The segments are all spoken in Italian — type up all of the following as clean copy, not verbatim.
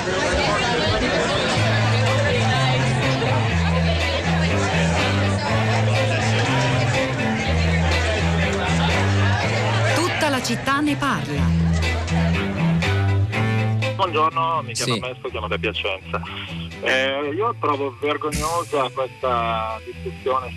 Tutta la città ne parla. Buongiorno, mi chiamo Mesto, chiamo da Piacenza. Io trovo vergognosa questa discussione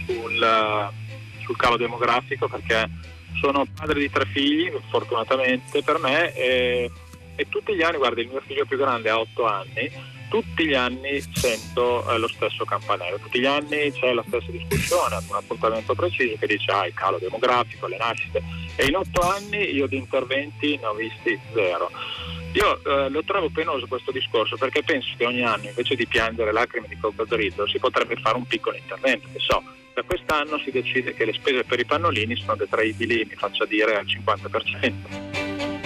sul calo demografico, perché sono padre di 3 figli, fortunatamente per me, e tutti gli anni, guarda, il mio figlio più grande ha 8 anni, tutti gli anni sento lo stesso campanello, tutti gli anni c'è la stessa discussione, un appuntamento preciso che dice il calo demografico, le nascite, e in 8 anni io di interventi ne ho visti 0. Io lo trovo penoso questo discorso, perché penso che ogni anno, invece di piangere lacrime di coccodrillo, si potrebbe fare un piccolo intervento. Che so, da quest'anno si decide che le spese per i pannolini sono detraibili, mi faccia dire, al 50%.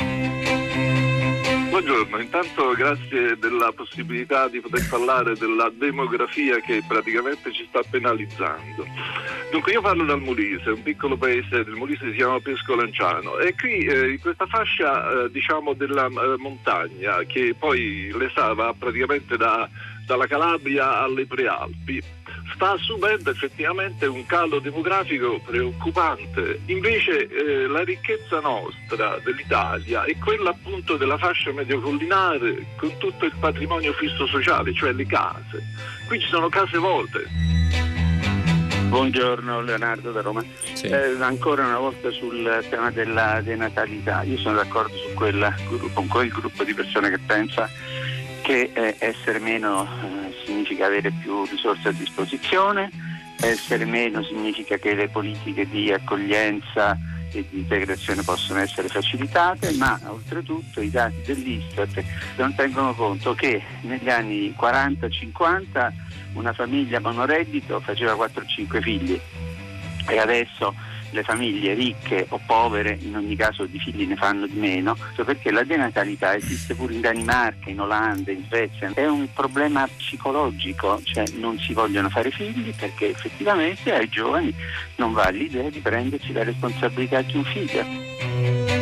Buongiorno, intanto grazie della possibilità di poter parlare della demografia che praticamente ci sta penalizzando. Dunque, io parlo dal Molise, un piccolo paese del Molise, si chiama Pesco-Lanciano, e qui in questa fascia diciamo della montagna, che poi va praticamente dalla Calabria alle Prealpi, sta subendo effettivamente un calo demografico preoccupante. Invece la ricchezza nostra dell'Italia è quella appunto della fascia mediocollinare, con tutto il patrimonio fisso sociale, cioè le case. Qui ci sono case vuote. Buongiorno, Leonardo da Roma. Sì. Ancora una volta sul tema della denatalità. Io sono d'accordo con quel gruppo di persone che pensa che essere meno significa avere più risorse a disposizione, essere meno significa che le politiche di accoglienza e di integrazione possono essere facilitate, ma oltretutto i dati dell'Istat non tengono conto che negli anni 40-50 una famiglia monoreddito faceva 4-5 figli e adesso le famiglie ricche o povere in ogni caso di figli ne fanno di meno, perché la denatalità esiste pure in Danimarca, in Olanda, in Svezia. È un problema psicologico, cioè non si vogliono fare figli perché effettivamente ai giovani non va l'idea di prendersi la responsabilità di un figlio.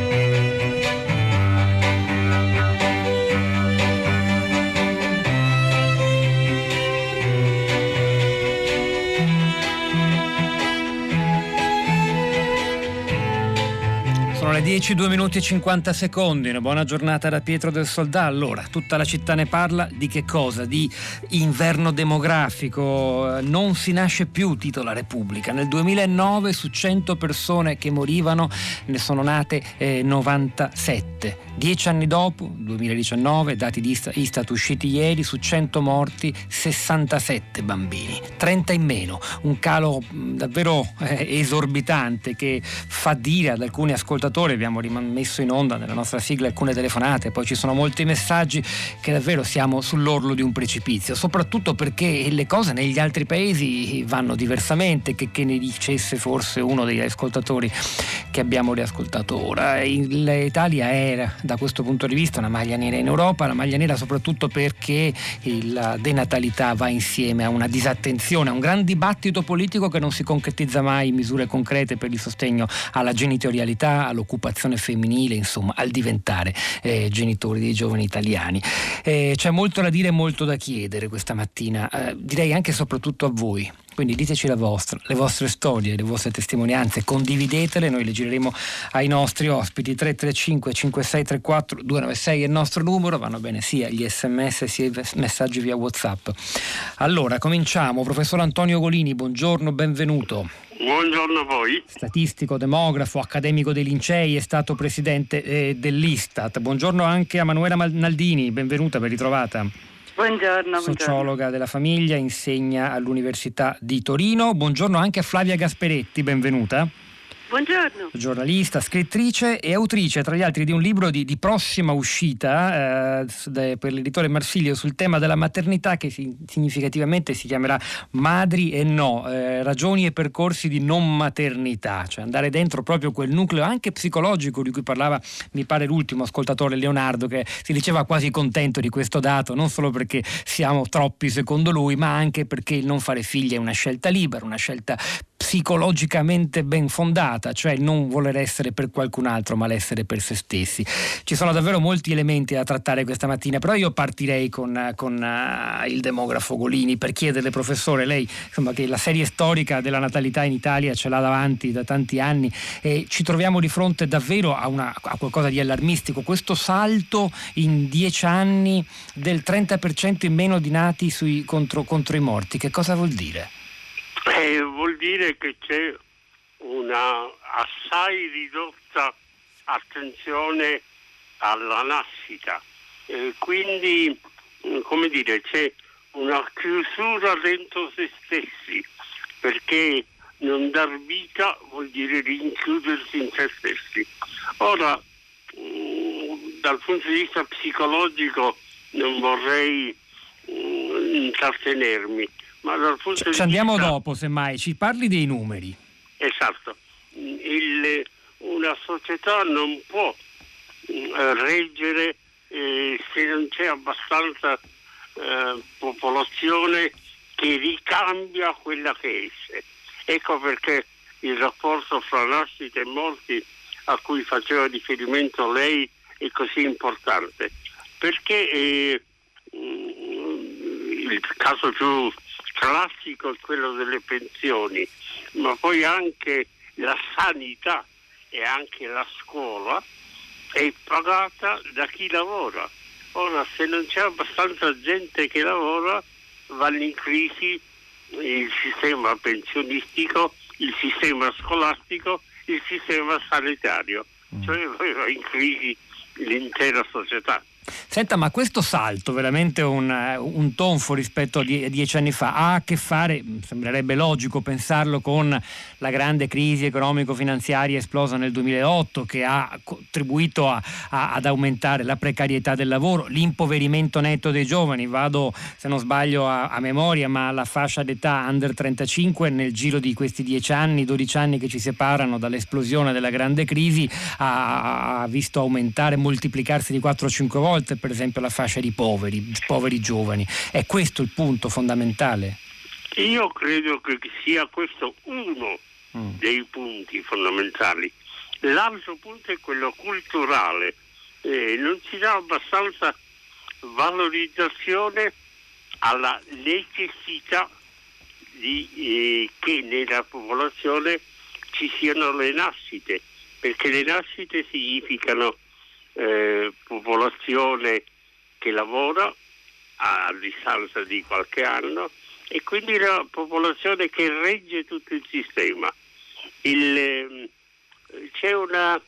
Sono le 10, 2 minuti e 50 secondi. Una buona giornata da Pietro del Soldà. Allora, tutta la città ne parla. Di che cosa? Di inverno demografico. Non si nasce più, titola Repubblica. Nel 2009 su 100 persone che morivano ne sono nate 97. 10 anni dopo, 2019, dati di Istat usciti ieri, su 100 morti 67 bambini, 30 in meno, un calo davvero esorbitante che fa dire ad alcuni ascoltatori, abbiamo messo in onda nella nostra sigla alcune telefonate, poi ci sono molti messaggi, che davvero siamo sull'orlo di un precipizio, soprattutto perché le cose negli altri paesi vanno diversamente, che ne dicesse forse uno degli ascoltatori che abbiamo riascoltato ora. L'Italia era da questo punto di vista una maglia nera in Europa, la maglia nera soprattutto perché la denatalità va insieme a una disattenzione, a un gran dibattito politico che non si concretizza mai in misure concrete per il sostegno alla genitorialità, all'occupazione femminile, insomma al diventare genitori dei giovani italiani. C'è molto da dire e molto da chiedere questa mattina, direi anche e soprattutto a voi. Quindi diteci le vostre storie, le vostre testimonianze, condividetele, noi le gireremo ai nostri ospiti. 335 5634 296 è il nostro numero, vanno bene sia gli sms sia i messaggi via WhatsApp. Allora, cominciamo. Professor Antonio Golini, buongiorno, benvenuto. Buongiorno a voi. Statistico, demografo, accademico dei Lincei, è stato presidente dell'Istat. Buongiorno anche a Manuela Naldini, benvenuta, ben ritrovata. Buongiorno. Sociologa della famiglia, insegna all'Università di Torino. Buongiorno anche a Flavia Gasperetti, benvenuta. Buongiorno. Giornalista, scrittrice e autrice, tra gli altri, di un libro di prossima uscita per l'editore Marsilio sul tema della maternità, che significativamente si chiamerà Madri e no, ragioni e percorsi di non maternità, cioè andare dentro proprio quel nucleo anche psicologico di cui parlava, mi pare, l'ultimo ascoltatore Leonardo, che si diceva quasi contento di questo dato, non solo perché siamo troppi secondo lui, ma anche perché il non fare figli è una scelta libera, una scelta psicologicamente ben fondata, cioè non voler essere per qualcun altro ma l'essere per se stessi. Ci sono davvero molti elementi da trattare questa mattina, però io partirei con il demografo Golini per chiederle, professore, lei insomma che la serie storica della natalità in Italia ce l'ha davanti da tanti anni e ci troviamo di fronte davvero a qualcosa di allarmistico, questo salto in 10 anni del 30% in meno di nati contro i morti. Che cosa vuol dire? Vuol dire che c'è una assai ridotta attenzione alla nascita, quindi come dire, c'è una chiusura dentro se stessi, perché non dar vita vuol dire rinchiudersi in se stessi. Ora, dal punto di vista psicologico non vorrei intrattenermi, ma dal punto di ci andiamo vista... dopo, semmai, ci parli dei numeri. Esatto, una società non può reggere se non c'è abbastanza popolazione che ricambia quella che è. Ecco perché il rapporto fra nascite e morti a cui faceva riferimento lei è così importante, perché il caso più classico è quello delle pensioni, ma poi anche la sanità e anche la scuola è pagata da chi lavora. Ora, se non c'è abbastanza gente che lavora, vanno in crisi il sistema pensionistico, il sistema scolastico, il sistema sanitario, cioè va in crisi l'intera società. Senta, ma questo salto, veramente un tonfo rispetto a 10 anni fa, ha a che fare, sembrerebbe logico pensarlo, con la grande crisi economico-finanziaria esplosa nel 2008 che ha contribuito ad aumentare la precarietà del lavoro, l'impoverimento netto dei giovani. Vado, se non sbaglio a memoria, ma la fascia d'età under 35 nel giro di questi 10 anni, 12 anni che ci separano dall'esplosione della grande crisi ha visto aumentare, moltiplicarsi di 4-5 volte per esempio la fascia di poveri giovani. È questo il punto fondamentale? Io credo che sia questo uno dei punti fondamentali. L'altro punto è quello culturale. Non si dà abbastanza valorizzazione alla necessità che nella popolazione ci siano le nascite, perché le nascite significano popolazione che lavora a distanza di qualche anno e quindi la popolazione che regge tutto il sistema. C'è una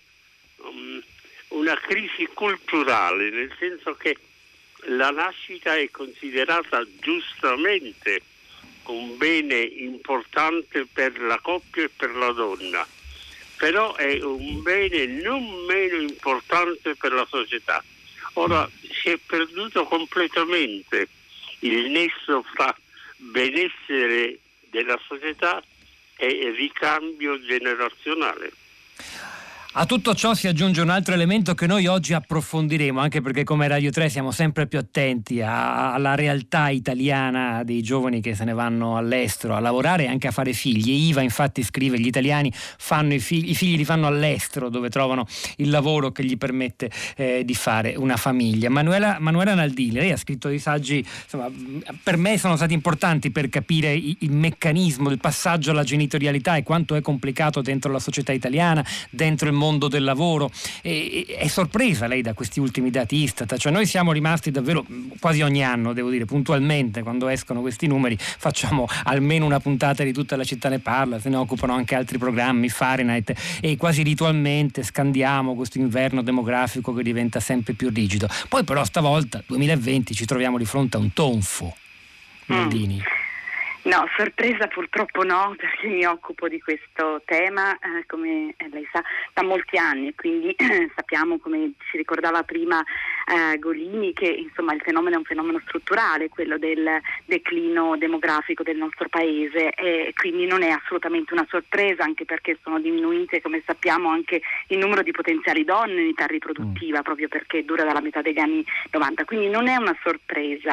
crisi culturale, nel senso che la nascita è considerata giustamente un bene importante per la coppia e per la donna, però è un bene non meno importante per la società. Ora si è perduto completamente il nesso fra benessere della società e ricambio generazionale. A tutto ciò si aggiunge un altro elemento che noi oggi approfondiremo, anche perché come Radio 3 siamo sempre più attenti alla realtà italiana dei giovani che se ne vanno all'estero a lavorare e anche a fare figli. IVA infatti scrive: gli italiani fanno i figli li fanno all'estero, dove trovano il lavoro che gli permette di fare una famiglia. Manuela Naldini, lei ha scritto dei saggi, insomma, per me sono stati importanti per capire il meccanismo del passaggio alla genitorialità e quanto è complicato dentro la società italiana, dentro il mondo del lavoro. È sorpresa lei da questi ultimi dati Istat? Cioè noi siamo rimasti davvero quasi ogni anno, devo dire, puntualmente, quando escono questi numeri facciamo almeno una puntata di Tutta la città ne parla, se ne occupano anche altri programmi, Fahrenheit, e quasi ritualmente scandiamo questo inverno demografico che diventa sempre più rigido. Poi però stavolta, 2020, ci troviamo di fronte a un tonfo. Naldini. No, sorpresa purtroppo no, perché mi occupo di questo tema, come lei sa, da molti anni, quindi sappiamo, come ci ricordava prima Golini, che insomma il fenomeno è un fenomeno strutturale, quello del declino demografico del nostro paese, e quindi non è assolutamente una sorpresa, anche perché sono diminuite, come sappiamo, anche il numero di potenziali donne in età riproduttiva, proprio perché dura dalla metà degli anni 90, quindi non è una sorpresa.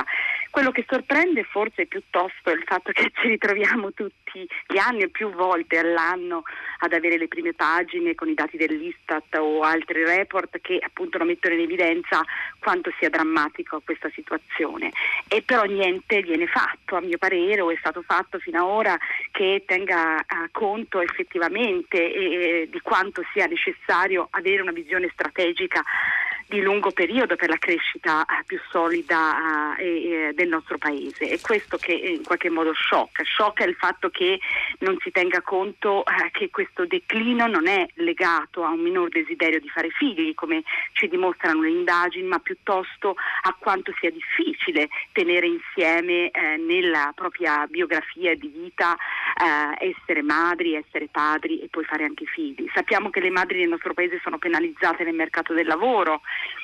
Quello che sorprende forse piuttosto è il fatto che ci ritroviamo tutti gli anni e più volte all'anno ad avere le prime pagine con i dati dell'Istat o altri report che appunto mettono in evidenza quanto sia drammatico questa situazione, e però niente viene fatto, a mio parere, o è stato fatto fino ad ora, che tenga conto effettivamente di quanto sia necessario avere una visione strategica di lungo periodo per la crescita più solida del nostro paese. È questo che in qualche modo sciocca il fatto che non si tenga conto che questo declino non è legato a un minor desiderio di fare figli, come ci dimostrano le indagini, ma piuttosto a quanto sia difficile tenere insieme nella propria biografia di vita essere madri, essere padri e poi fare anche figli. Sappiamo che le madri nel nostro paese sono penalizzate nel mercato del lavoro.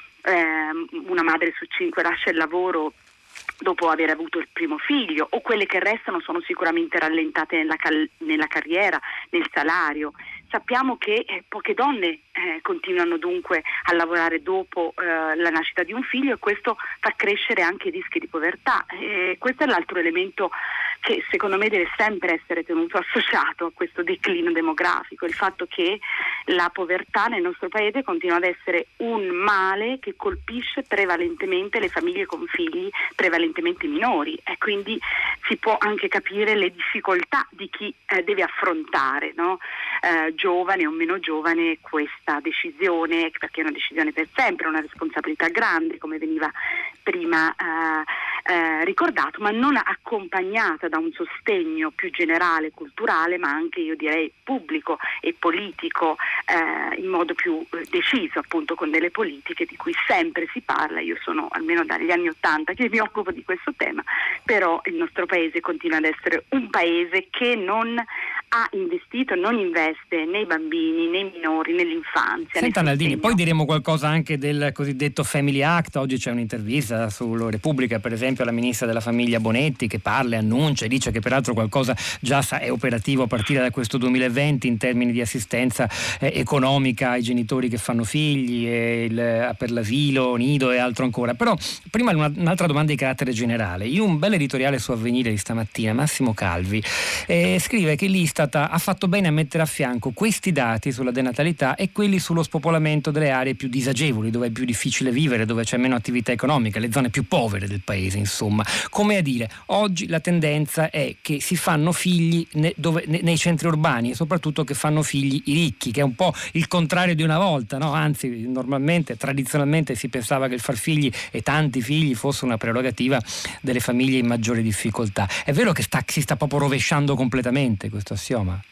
Una madre su 5 lascia il lavoro dopo aver avuto il primo figlio, o quelle che restano sono sicuramente rallentate nella carriera, nel salario. Sappiamo che poche donne continuano dunque a lavorare dopo la nascita di un figlio, e questo fa crescere anche i rischi di povertà. Questo è l'altro elemento che secondo me deve sempre essere tenuto associato a questo declino demografico, il fatto che la povertà nel nostro paese continua ad essere un male che colpisce prevalentemente le famiglie con figli, prevalentemente minori, e quindi si può anche capire le difficoltà di chi deve affrontare, no? Giovane o meno giovane, questa decisione, perché è una decisione per sempre, una responsabilità grande, come veniva prima ricordato, ma non accompagnata da un sostegno più generale, culturale, ma anche, io direi, pubblico e politico, in modo più deciso, appunto, con delle politiche di cui sempre si parla. Io sono almeno dagli anni '80 che mi occupo di questo tema, però il nostro paese continua ad essere un paese che non ha investito, non investe nei bambini, nei minori, nell'infanzia. Senta Naldini, poi diremo qualcosa anche del cosiddetto Family Act. Oggi c'è un'intervista su Repubblica, per esempio, alla ministra della famiglia Bonetti, che parla e annuncia e dice che peraltro qualcosa già è operativo a partire da questo 2020 in termini di assistenza economica ai genitori che fanno figli, per l'asilo, nido e altro ancora. Però prima un'altra domanda di carattere generale. In un bel editoriale su Avvenire di stamattina, Massimo Calvi scrive che l'Istat ha fatto bene a mettere a fianco questi dati sulla denatalità e quelli sullo spopolamento delle aree più disagevoli, dove è più difficile vivere, dove c'è meno attività economica, le zone più povere del paese, insomma. Come a dire, oggi la tendenza è che si fanno figli nei centri urbani, e soprattutto che fanno figli i ricchi, che è un po' il contrario di una volta, no? Anzi, normalmente, tradizionalmente si pensava che il far figli e tanti figli fosse una prerogativa delle famiglie in maggiore difficoltà. È vero che si sta proprio rovesciando completamente questo assioma?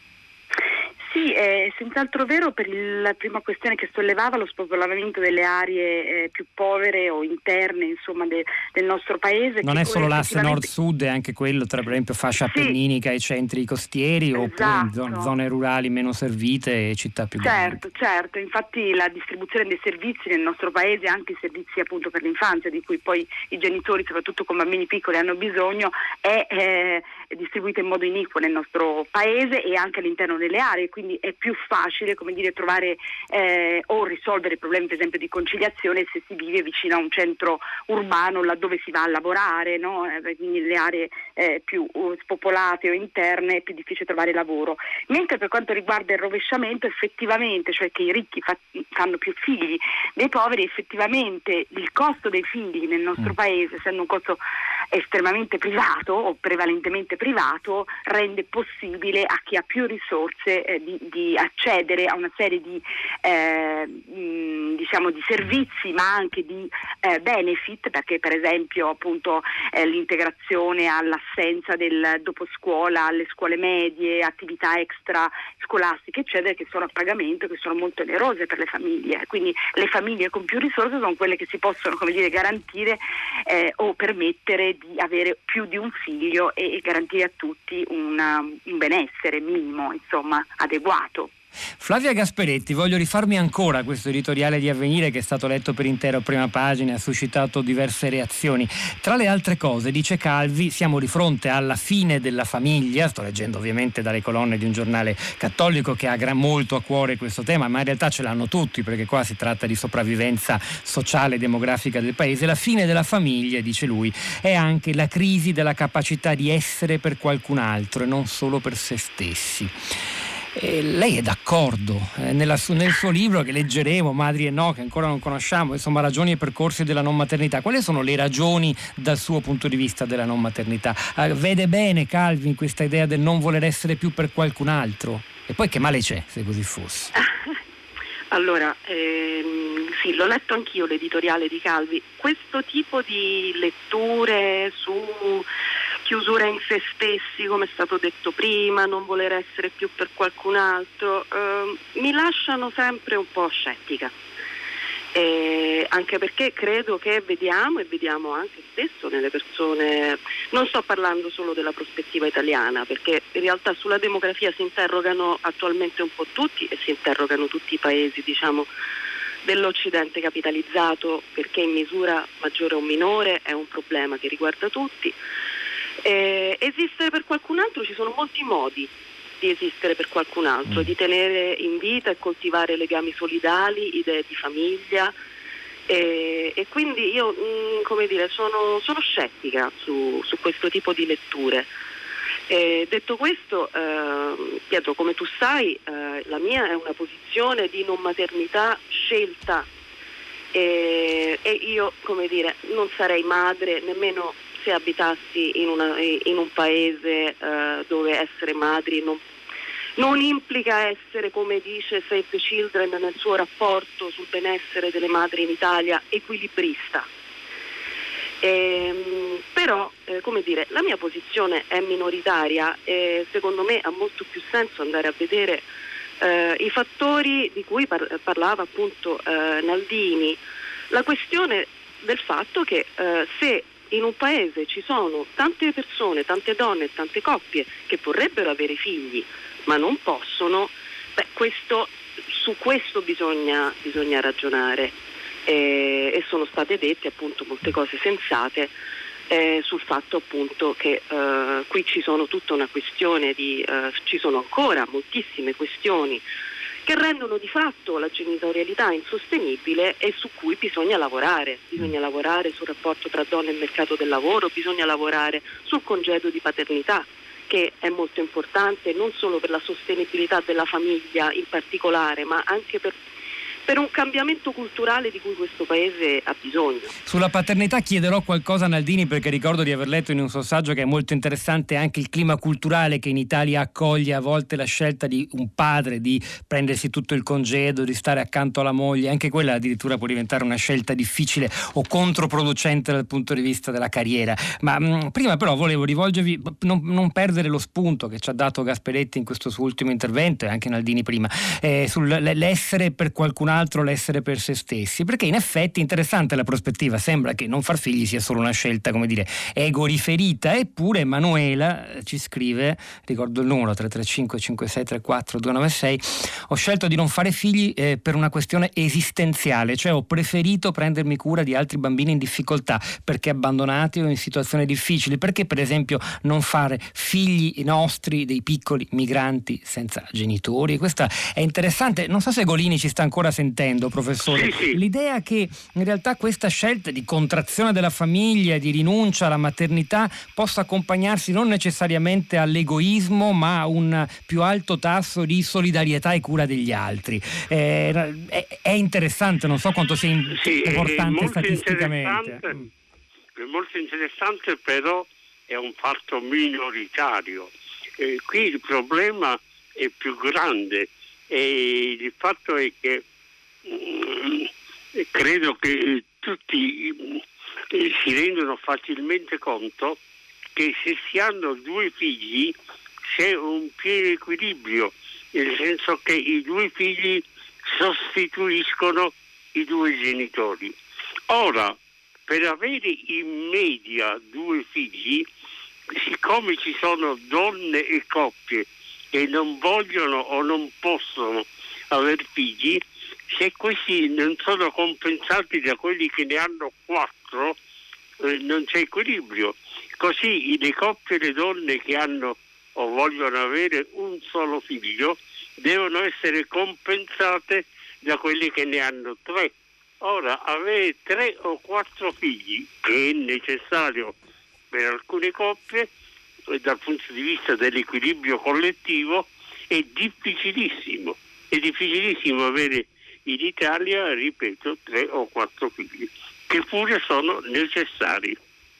Sì, è senz'altro vero. Per la prima questione che sollevava, lo spopolamento delle aree più povere o interne, insomma, del nostro paese. Non è solo l'asse nord-sud, è anche quello tra, per esempio, fascia appenninica e centri costieri, oppure in zone rurali meno servite e città più grandi. Certo, infatti la distribuzione dei servizi nel nostro paese, anche i servizi appunto per l'infanzia, di cui poi i genitori, soprattutto con bambini piccoli, hanno bisogno, è distribuita in modo iniquo nel nostro paese e anche all'interno delle aree, quindi è più facile, come dire, trovare o risolvere problemi, per esempio, di conciliazione se si vive vicino a un centro urbano laddove si va a lavorare, no? Quindi nelle aree più spopolate o interne è più difficile trovare lavoro. Mentre per quanto riguarda il rovesciamento, effettivamente, cioè che i ricchi fanno più figli dei poveri, effettivamente il costo dei figli nel nostro paese, essendo un costo estremamente privato o prevalentemente privato, rende possibile a chi ha più risorse di accedere a una serie di servizi, ma anche di benefit, perché per esempio appunto l'integrazione all'assenza del doposcuola alle scuole medie, attività extra scolastiche eccetera, che sono a pagamento, che sono molto onerose per le famiglie. Quindi le famiglie con più risorse sono quelle che si possono, come dire, garantire o permettere di avere più di un figlio e garantire a tutti un benessere minimo, insomma, adeguato. Flavia Gasperetti, voglio rifarmi ancora a questo editoriale di Avvenire che è stato letto per intero a prima pagina e ha suscitato diverse reazioni. Tra le altre cose, dice Calvi, siamo di fronte alla fine della famiglia. Sto leggendo ovviamente dalle colonne di un giornale cattolico che ha molto a cuore questo tema, ma in realtà ce l'hanno tutti, perché qua si tratta di sopravvivenza sociale e demografica del paese. La fine della famiglia, dice lui, è anche la crisi della capacità di essere per qualcun altro e non solo per se stessi. Lei è d'accordo? Nel suo libro che leggeremo, Madri e no, che ancora non conosciamo, insomma, ragioni e percorsi della non maternità, quali sono le ragioni dal suo punto di vista della non maternità? Vede bene Calvi in questa idea del non voler essere più per qualcun altro? E poi che male c'è se così fosse? Allora, sì, l'ho letto anch'io l'editoriale di Calvi. Questo tipo di letture su chiusura in se stessi, come è stato detto prima, non voler essere più per qualcun altro, mi lasciano sempre un po' scettica. Anche perché credo che vediamo anche spesso nelle persone, non sto parlando solo della prospettiva italiana, perché in realtà sulla demografia si interrogano attualmente un po' tutti e si interrogano tutti i paesi, diciamo, dell'Occidente capitalizzato, perché in misura maggiore o minore è un problema che riguarda tutti. Esistere per qualcun altro, ci sono molti modi di esistere per qualcun altro, di tenere in vita e coltivare legami solidali, idee di famiglia, e quindi io sono scettica su questo tipo di letture. Detto questo, Pietro, come tu sai, la mia è una posizione di non maternità scelta, e io, non sarei madre nemmeno se abitassi in un paese dove essere madri non implica essere, come dice Save the Children nel suo rapporto sul benessere delle madri in Italia, equilibrista. Però, la mia posizione è minoritaria e secondo me ha molto più senso andare a vedere i fattori di cui parlava appunto Naldini. La questione del fatto che se in un paese ci sono tante persone, tante donne, tante coppie che vorrebbero avere figli ma non possono, su questo bisogna ragionare, e sono state dette appunto molte cose sensate sul fatto appunto che qui ci sono tutta una questione ci sono ancora moltissime questioni che rendono di fatto la genitorialità insostenibile e su cui bisogna lavorare sul rapporto tra donne e mercato del lavoro, bisogna lavorare sul congedo di paternità, che è molto importante non solo per la sostenibilità della famiglia in particolare, ma anche per un cambiamento culturale di cui questo paese ha bisogno. Sulla paternità chiederò qualcosa a Naldini, perché ricordo di aver letto in un suo saggio che è molto interessante anche il clima culturale che in Italia accoglie a volte la scelta di un padre di prendersi tutto il congedo, di stare accanto alla moglie. Anche quella addirittura può diventare una scelta difficile o controproducente dal punto di vista della carriera. Ma prima però volevo rivolgervi, non perdere lo spunto che ci ha dato Gasperetti in questo suo ultimo intervento e anche Naldini prima, sull'essere per qualcun altro, l'essere per se stessi, perché in effetti interessante la prospettiva, sembra che non far figli sia solo una scelta ego riferita, eppure Emanuela ci scrive, ricordo il numero 335 5634 296, ho scelto di non fare figli per una questione esistenziale, cioè ho preferito prendermi cura di altri bambini in difficoltà perché abbandonati o in situazioni difficili, perché per esempio non fare figli nostri dei piccoli migranti senza genitori. Questa è interessante, non so se Golini ci sta ancora sentendo, professore. Sì. L'idea che in realtà questa scelta di contrazione della famiglia, di rinuncia alla maternità, possa accompagnarsi non necessariamente all'egoismo, ma a un più alto tasso di solidarietà e cura degli altri. È interessante, non so quanto sia importante statisticamente. È molto interessante, però è un fatto minoritario. Qui il problema è più grande, e il fatto è che credo che tutti si rendono facilmente conto che se si hanno due figli c'è un pieno equilibrio, nel senso che i due figli sostituiscono i due genitori. Ora, per avere in media due figli, siccome ci sono donne e coppie e non vogliono o non possono aver figli, se questi non sono compensati da quelli che ne hanno 4, non c'è equilibrio. Così le coppie e le donne che hanno o vogliono avere un solo figlio devono essere compensate da quelli che ne hanno 3. Ora, avere 3 o 4 figli, che è necessario per alcune coppie, dal punto di vista dell'equilibrio collettivo, è difficilissimo. È difficilissimo avere in Italia, ripeto, 3 o 4 figli, che pure sono necessari.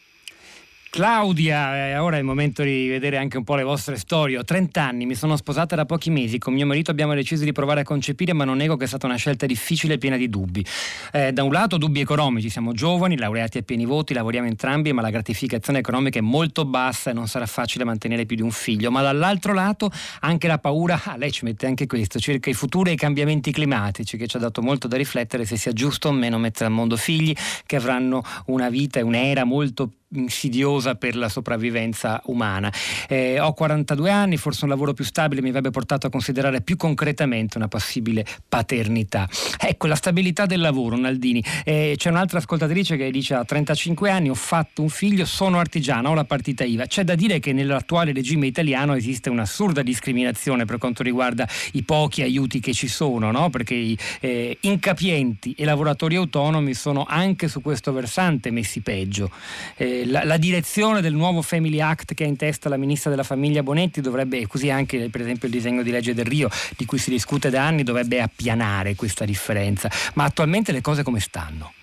Claudia, ora è il momento di vedere anche un po' le vostre storie. Ho 30 anni, mi sono sposata da pochi mesi, con mio marito abbiamo deciso di provare a concepire, ma non nego che è stata una scelta difficile e piena di dubbi. Da un lato dubbi economici, siamo giovani, laureati a pieni voti, lavoriamo entrambi, ma la gratificazione economica è molto bassa e non sarà facile mantenere più di un figlio. Ma dall'altro lato anche la paura, lei ci mette anche questo, circa il futuro e i cambiamenti climatici, che ci ha dato molto da riflettere se sia giusto o meno mettere al mondo figli che avranno una vita e un'era molto insidiosa per la sopravvivenza umana. Ho 42 anni, forse un lavoro più stabile mi avrebbe portato a considerare più concretamente una possibile paternità. Ecco, la stabilità del lavoro, Naldini. C'è un'altra ascoltatrice che dice: a 35 anni ho fatto un figlio, sono artigiana, ho la partita IVA. C'è da dire che nell'attuale regime italiano esiste un'assurda discriminazione per quanto riguarda i pochi aiuti che ci sono, no? Perché i incapienti e lavoratori autonomi sono anche su questo versante messi peggio. La direzione del nuovo Family Act che ha in testa la ministra della Famiglia Bonetti dovrebbe, e così anche per esempio il disegno di legge Delrio di cui si discute da anni, dovrebbe appianare questa differenza. Ma attualmente le cose come stanno?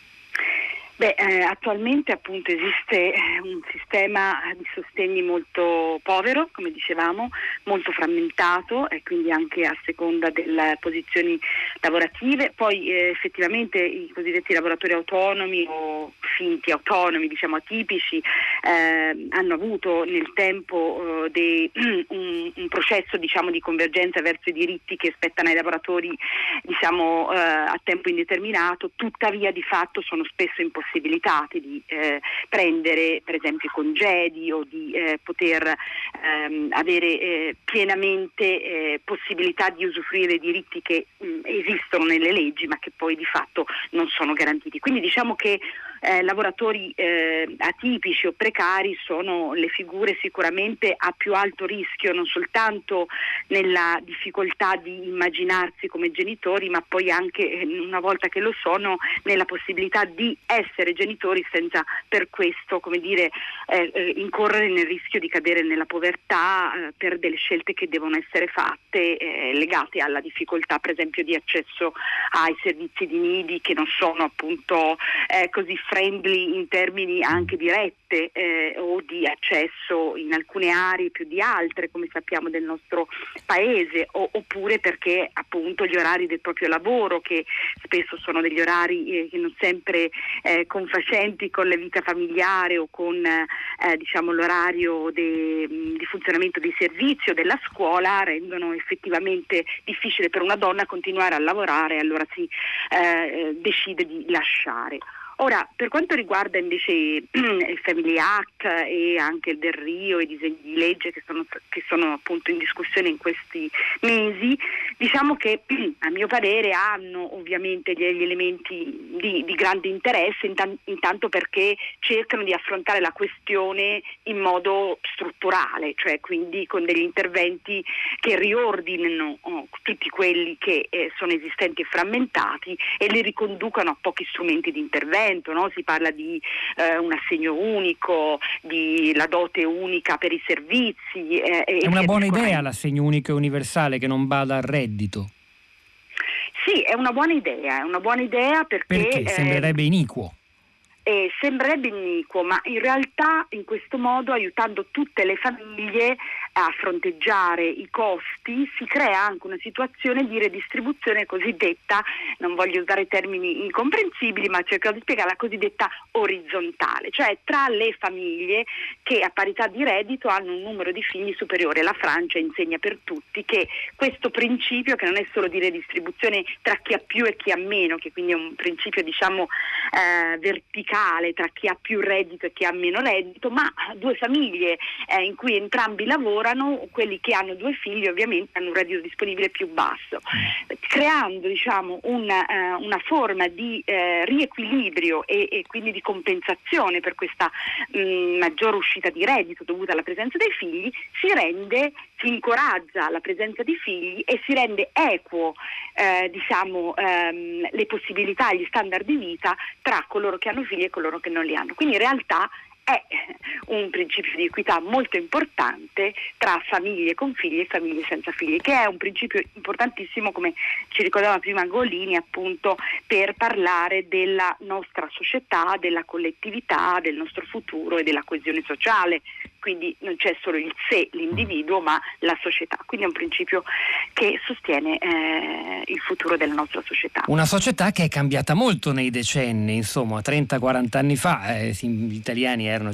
Attualmente appunto esiste un sistema di sostegni molto povero, come dicevamo, molto frammentato e quindi anche a seconda delle posizioni lavorative. Poi effettivamente i cosiddetti lavoratori autonomi o finti autonomi, diciamo atipici, hanno avuto nel tempo un processo, diciamo, di convergenza verso i diritti che spettano ai lavoratori, diciamo, a tempo indeterminato. Tuttavia di fatto sono spesso impossibilitati di prendere per esempio congedi o di poter avere pienamente possibilità di usufruire dei diritti che esistono nelle leggi ma che poi di fatto non sono garantiti. Quindi diciamo che lavoratori atipici o precari sono le figure sicuramente a più alto rischio, non soltanto nella difficoltà di immaginarsi come genitori, ma poi anche, una volta che lo sono, nella possibilità di essere genitori senza per questo, come dire, incorrere nel rischio di cadere nella povertà per delle scelte che devono essere fatte legate alla difficoltà per esempio di accesso ai servizi di nidi che non sono appunto così friendly in termini anche di rette o di accesso in alcune aree più di altre, come sappiamo del nostro paese, oppure perché appunto gli orari del proprio lavoro, che spesso sono degli orari che non sempre confacenti con la vita familiare o con diciamo l'orario di funzionamento dei servizi o della scuola, rendono effettivamente difficile per una donna continuare a lavorare, allora si decide di lasciare. Ora, per quanto riguarda invece il Family Act e anche il Delrio e i disegni di legge che sono appunto in discussione in questi mesi, diciamo che a mio parere hanno ovviamente gli elementi di grande interesse, intanto perché cercano di affrontare la questione in modo strutturale, cioè quindi con degli interventi che riordinino tutti quelli che sono esistenti e frammentati e li riconducano a pochi strumenti di intervento. No? Si parla di un assegno unico, di la dote unica per i servizi. È una buona idea l'assegno unico e universale che non bada al reddito? Sì, è una buona idea perché sembrerebbe iniquo. Sembrerebbe iniquo, ma in realtà in questo modo, aiutando tutte le famiglie a fronteggiare i costi, si crea anche una situazione di redistribuzione cosiddetta, non voglio usare termini incomprensibili, ma cerco di spiegare, la cosiddetta orizzontale, cioè tra le famiglie che a parità di reddito hanno un numero di figli superiore. La Francia insegna per tutti che questo principio, che non è solo di redistribuzione tra chi ha più e chi ha meno, che quindi è un principio diciamo verticale locale tra chi ha più reddito e chi ha meno reddito, ma due famiglie in cui entrambi lavorano, quelli che hanno due figli ovviamente hanno un reddito disponibile più basso, creando una forma di riequilibrio e quindi di compensazione per questa maggior uscita di reddito dovuta alla presenza dei figli. Si incoraggia la presenza di figli e si rende equo le possibilità e gli standard di vita tra coloro che hanno figli e coloro che non li hanno. Quindi in realtà è un principio di equità molto importante tra famiglie con figli e famiglie senza figli, che è un principio importantissimo, come ci ricordava prima Golini, appunto per parlare della nostra società, della collettività, del nostro futuro e della coesione sociale. Quindi non c'è solo il sé, l'individuo, ma la società. Quindi è un principio che sostiene il futuro della nostra società. Una società che è cambiata molto nei decenni, insomma, 30-40 anni fa gli italiani erano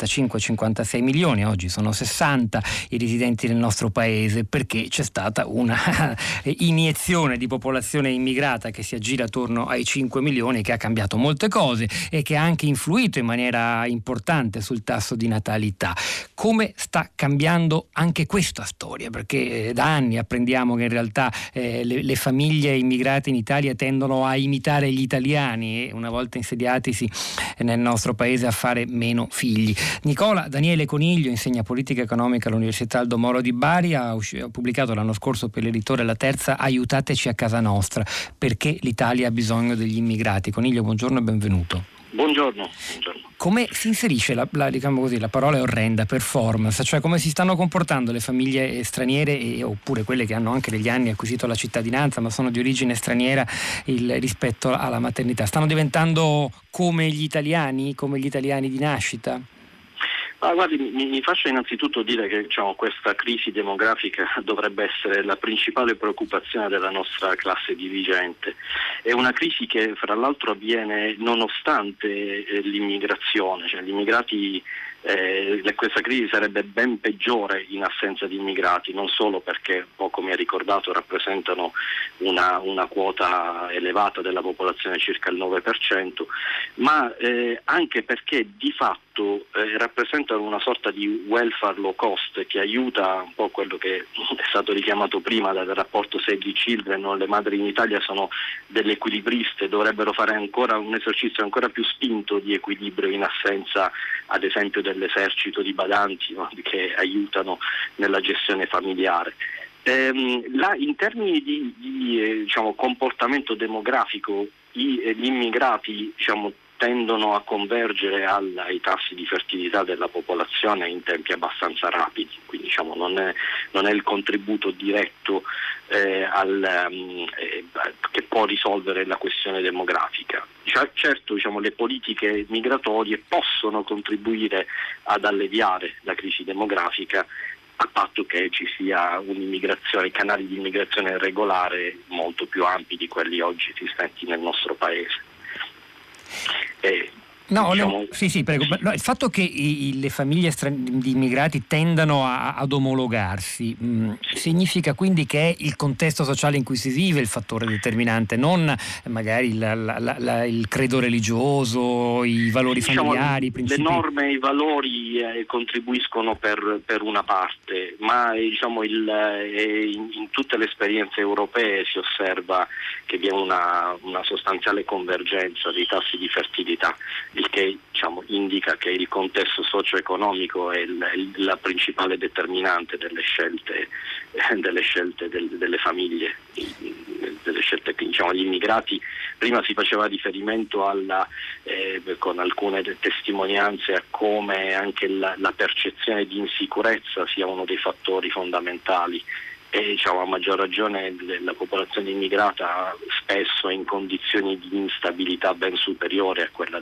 55-56 milioni, oggi sono 60 i residenti del nostro paese, perché c'è stata una iniezione di popolazione immigrata che si aggira attorno ai 5 milioni, che ha cambiato molte cose e che ha anche influito in maniera importante sul tasso di natalità. Come sta cambiando anche questa storia? Perché da anni apprendiamo che in realtà le famiglie immigrate in Italia tendono a imitare gli italiani e una volta insediatisi nel nostro paese a fare meno figli. Nicola Daniele Coniglio insegna politica economica all'Università Aldo Moro di Bari, ha pubblicato l'anno scorso per l'editore La Terza Aiutateci a casa nostra, perché l'Italia ha bisogno degli immigrati. Coniglio, buongiorno e benvenuto. Buongiorno. Come si inserisce diciamo così, la parola è orrenda, performance, cioè come si stanno comportando le famiglie straniere oppure quelle che hanno anche negli anni acquisito la cittadinanza ma sono di origine straniera rispetto alla maternità? Stanno diventando come gli italiani di nascita? Guardi, mi faccio innanzitutto dire che questa crisi demografica dovrebbe essere la principale preoccupazione della nostra classe dirigente. È una crisi che fra l'altro avviene nonostante l'immigrazione, cioè gli immigrati. Questa crisi sarebbe ben peggiore in assenza di immigrati, non solo perché, come ha ricordato, rappresentano una quota elevata della popolazione, circa il 9%, ma anche perché di fatto rappresentano una sorta di welfare low cost che aiuta un po' quello che è stato richiamato prima dal rapporto Save the Children. Le madri in Italia sono delle equilibriste, dovrebbero fare ancora un esercizio ancora più spinto di equilibrio in assenza, ad esempio, dell'esercito di badanti, no? Che aiutano nella gestione familiare. In termini di comportamento demografico, gli immigrati tendono a convergere ai tassi di fertilità della popolazione in tempi abbastanza rapidi, quindi non è il contributo diretto che può risolvere la questione demografica. Certo, le politiche migratorie possono contribuire ad alleviare la crisi demografica, a patto che ci sia un'immigrazione, canali di immigrazione regolare molto più ampi di quelli oggi esistenti nel nostro paese. Sì, prego. Il fatto che le famiglie di immigrati tendano ad omologarsi significa quindi che è il contesto sociale in cui si vive il fattore determinante, non magari il credo religioso, i valori familiari, i principi. Le norme e i valori contribuiscono per una parte, ma in tutte le esperienze europee si osserva che vi è una sostanziale convergenza dei tassi di fertilità, il che indica che il contesto socio-economico è la principale determinante delle scelte delle famiglie, delle scelte che gli immigrati. Prima si faceva riferimento con alcune testimonianze a come anche la percezione di insicurezza sia uno dei fattori fondamentali. E a maggior ragione la popolazione immigrata spesso è in condizioni di instabilità ben superiore a quella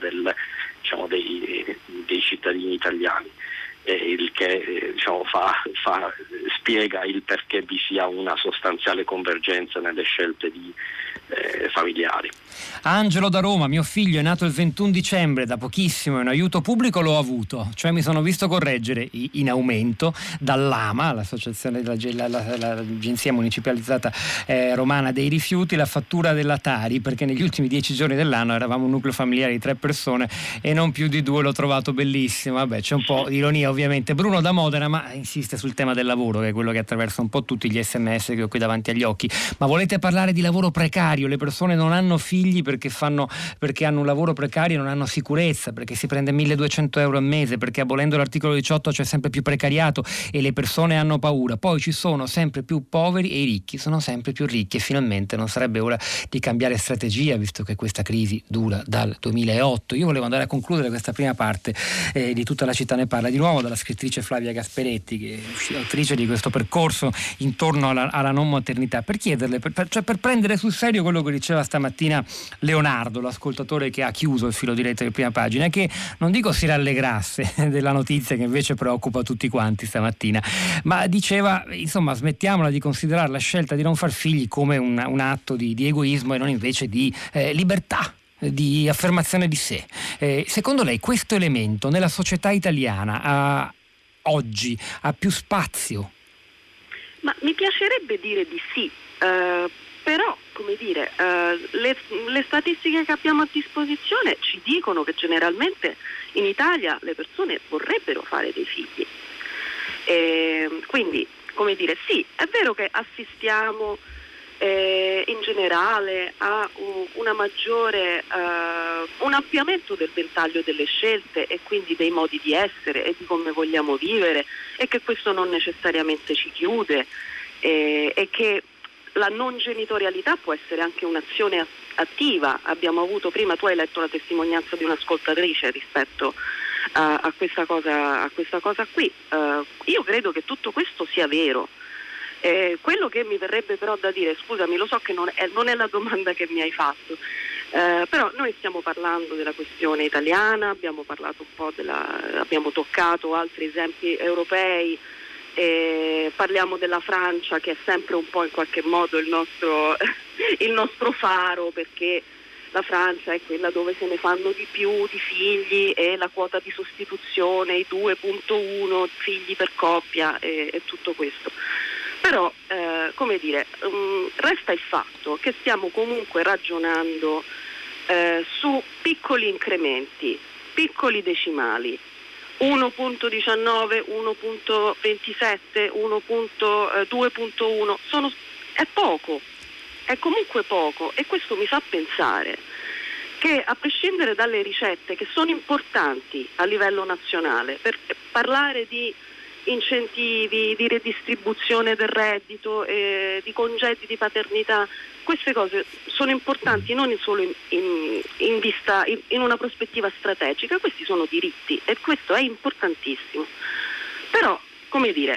dei cittadini italiani, il che spiega il perché vi sia una sostanziale convergenza nelle scelte familiari. Angelo da Roma: mio figlio è nato il 21 dicembre, da pochissimo un aiuto pubblico l'ho avuto, cioè mi sono visto correggere in aumento dall'AMA, l'associazione l'agenzia municipalizzata romana dei rifiuti, la fattura della Tari, perché negli ultimi 10 giorni dell'anno eravamo un nucleo familiare di 3 persone e non più di 2, l'ho trovato bellissimo. Vabbè, c'è un po' di ironia ovviamente. Bruno da Modena ma insiste sul tema del lavoro, che è quello che attraversa un po' tutti gli SMS che ho qui davanti agli occhi. Ma volete parlare di lavoro precario? Le persone non hanno figli perché hanno un lavoro precario e non hanno sicurezza, perché si prende 1.200 euro al mese, perché abolendo l'articolo 18 c'è sempre più precariato e le persone hanno paura. Poi ci sono sempre più poveri e i ricchi sono sempre più ricchi, e finalmente non sarebbe ora di cambiare strategia, visto che questa crisi dura dal 2008. Io volevo andare a concludere questa prima parte di Tutta la città ne parla di nuovo dalla scrittrice Flavia Gasperetti, che è autrice di questo percorso intorno alla non maternità, per chiederle, per prendere sul serio quello che diceva stamattina Leonardo, l'ascoltatore che ha chiuso il filo diretto di Prima Pagina, che non dico si rallegrasse della notizia che invece preoccupa tutti quanti stamattina, ma diceva, insomma, smettiamola di considerare la scelta di non far figli come un atto di egoismo e non invece di libertà, di affermazione di sé. Secondo lei questo elemento nella società italiana oggi ha più spazio? Ma mi piacerebbe dire di sì, però, come dire, le statistiche che abbiamo a disposizione ci dicono che generalmente in Italia le persone vorrebbero fare dei figli. Quindi, come dire, sì, è vero che assistiamo in generale a un ampliamento del ventaglio delle scelte e quindi dei modi di essere e di come vogliamo vivere, e che questo non necessariamente ci chiude, e che la non genitorialità può essere anche un'azione attiva. Abbiamo avuto prima, tu hai letto la testimonianza di un'ascoltatrice rispetto a questa cosa qui. Io credo che tutto questo sia vero. Quello che mi verrebbe però da dire, scusami, lo so che non è la domanda che mi hai fatto, però noi stiamo parlando della questione italiana, abbiamo parlato un po' abbiamo toccato altri esempi europei, parliamo della Francia, che è sempre un po' in qualche modo il nostro faro, perché la Francia è quella dove se ne fanno di più di figli, e la quota di sostituzione, i 2.1 figli per coppia e tutto questo. Però, come dire, resta il fatto che stiamo comunque ragionando su piccoli incrementi, piccoli decimali, 1.19, 1.27, 2.1, è poco, è comunque poco, e questo mi fa pensare che, a prescindere dalle ricette che sono importanti a livello nazionale, per parlare di incentivi, di redistribuzione del reddito, di congedi di paternità, queste cose sono importanti non solo in vista, in una prospettiva strategica, questi sono diritti e questo è importantissimo. Però, come dire,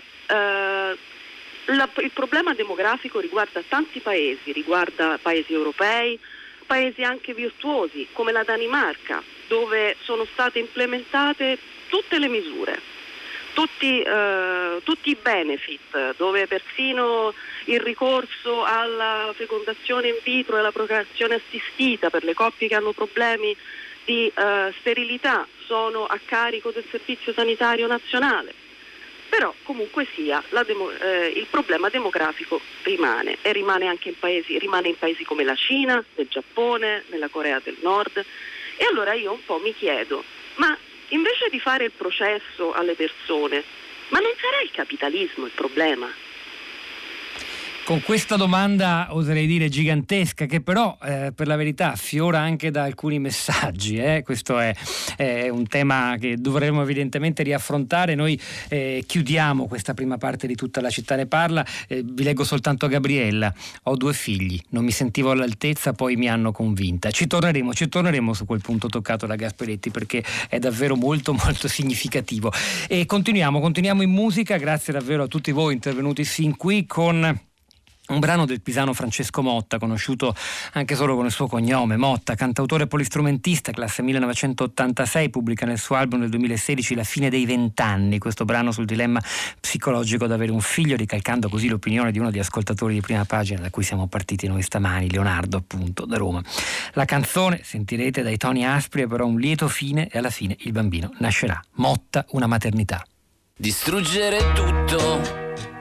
il problema demografico riguarda tanti paesi, riguarda paesi europei, paesi anche virtuosi come la Danimarca, dove sono state implementate tutte le misure, tutti i benefit, dove persino il ricorso alla fecondazione in vitro e alla procreazione assistita per le coppie che hanno problemi di sterilità sono a carico del Servizio Sanitario Nazionale. Però comunque sia il problema demografico rimane, e rimane anche in paesi come la Cina, nel Giappone, nella Corea del Nord. E allora io un po' mi chiedo, ma invece di fare il processo alle persone, ma non sarà il capitalismo il problema? Con questa domanda oserei dire gigantesca, che però per la verità affiora anche da alcuni messaggi. Questo è un tema che dovremo evidentemente riaffrontare. Noi chiudiamo questa prima parte di Tutta la città ne parla. Vi leggo soltanto Gabriella: ho 2 figli, non mi sentivo all'altezza, poi mi hanno convinta. Ci torneremo su quel punto toccato da Gasperetti, perché è davvero molto molto significativo. E continuiamo in musica. Grazie davvero a tutti voi intervenuti sin qui con Un brano del pisano Francesco Motta, conosciuto anche solo con il suo cognome, Motta, cantautore polistrumentista, classe 1986, pubblica nel suo album del 2016 La fine dei 20 anni, questo brano sul dilemma psicologico d'avere un figlio, ricalcando così l'opinione di uno degli ascoltatori di Prima Pagina da cui siamo partiti noi stamani, Leonardo appunto, da Roma. La canzone, sentirete dai toni aspri, è però un lieto fine e alla fine il bambino nascerà. Motta, una maternità. Distruggere tutto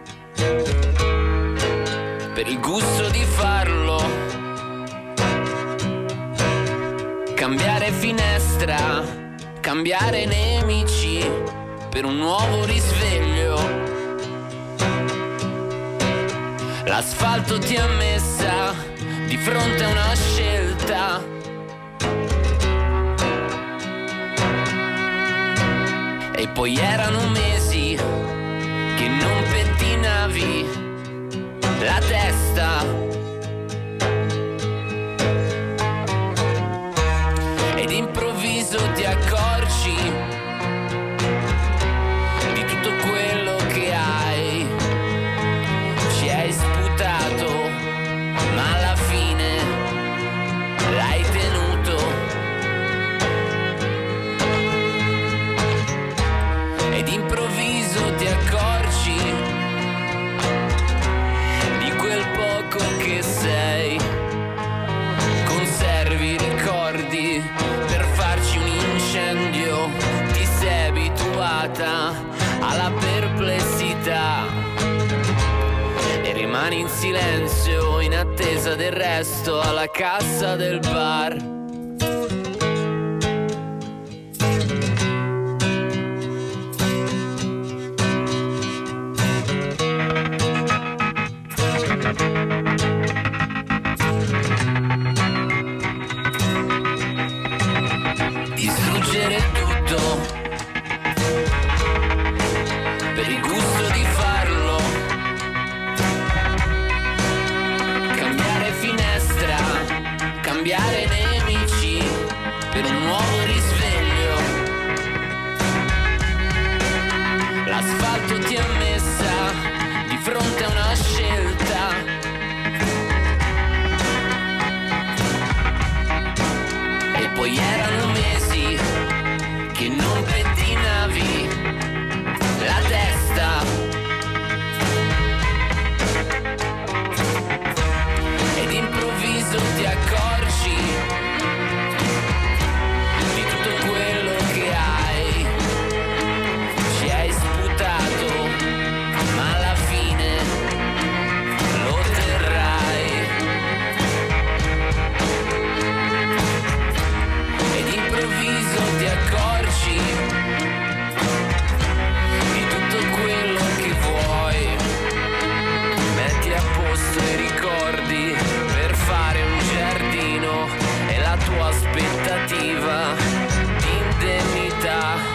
per il gusto di farlo, cambiare finestra, cambiare nemici per un nuovo risveglio. L'asfalto ti ha messa di fronte a una scelta, e poi erano mesi che non pettinavi la testa, ed improvviso ti accorgi di tutto quello che hai, ci hai sputato ma alla fine l'hai tenuto, ed improvviso ti accorgi che sei, conservi ricordi per farci un incendio, ti sei abituata alla perplessità e rimani in silenzio in attesa del resto alla cassa del bar. Per il gusto di farlo, cambiare finestra, cambiare nemici per un nuovo risveglio. L'asfalto ti ha messa di fronte a una scelta, e poi erano mesi che non pettinavi la testa, ed improvviso ti accorgi di tutto quello che hai, ci hai sputato ma alla fine lo terrai, ed improvviso ti accorgi di tutto quello che vuoi, metti a posto i ricordi per fare un giardino e la tua aspettativa di indennità.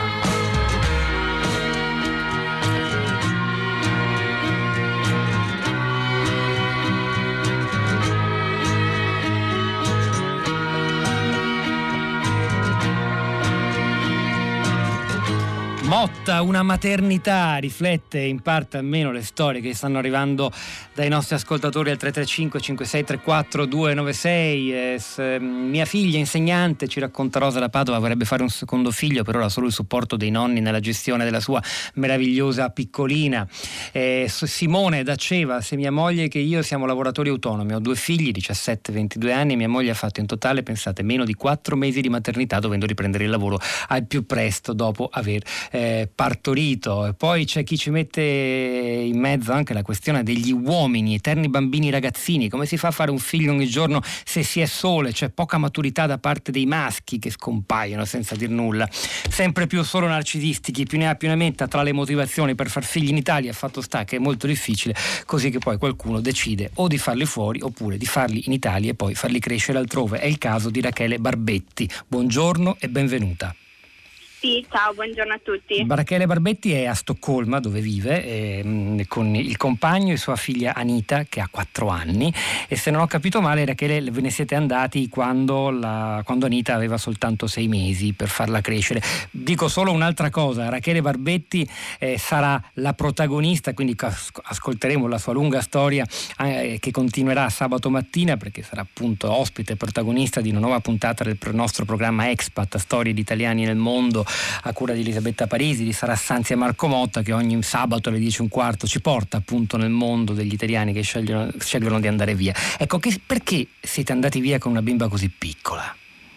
Motta, una maternità, riflette in parte almeno le storie che stanno arrivando dai nostri ascoltatori al 335 5634 296. Mia figlia insegnante, ci racconta Rosa da Padova, vorrebbe fare un secondo figlio, per ora solo il supporto dei nonni nella gestione della sua meravigliosa piccolina. Simone da Ceva, se mia moglie che io siamo lavoratori autonomi, ho 2 figli, 17 e 22 anni, mia moglie ha fatto in totale, pensate, meno di 4 mesi di maternità, dovendo riprendere il lavoro al più presto dopo aver partorito. E poi c'è chi ci mette in mezzo anche la questione degli uomini, eterni bambini ragazzini, come si fa a fare un figlio ogni giorno se si è sole, c'è poca maturità da parte dei maschi che scompaiono senza dir nulla, sempre più solo narcisisti, chi più ne ha più ne metta tra le motivazioni per far figli in Italia. Fatto sta che è molto difficile, così che poi qualcuno decide o di farli fuori oppure di farli in Italia e poi farli crescere altrove. È il caso di Rachele Barbetti. Buongiorno e benvenuta. Sì, ciao, buongiorno a tutti. Rachele Barbetti è a Stoccolma, dove vive, con il compagno e sua figlia Anita, che ha 4 anni, e se non ho capito male, Rachele, ve ne siete andati quando Anita aveva soltanto 6 mesi, per farla crescere. Dico solo un'altra cosa: Rachele Barbetti sarà la protagonista, quindi ascolteremo la sua lunga storia che continuerà sabato mattina, perché sarà appunto ospite e protagonista di una nuova puntata del nostro programma Expat, Storie di italiani nel mondo, a cura di Elisabetta Parisi, di Sara Sanzi e Marco Motta, che ogni sabato alle 10:15 ci porta appunto nel mondo degli italiani che scelgono di andare via. Ecco, perché siete andati via con una bimba così piccola?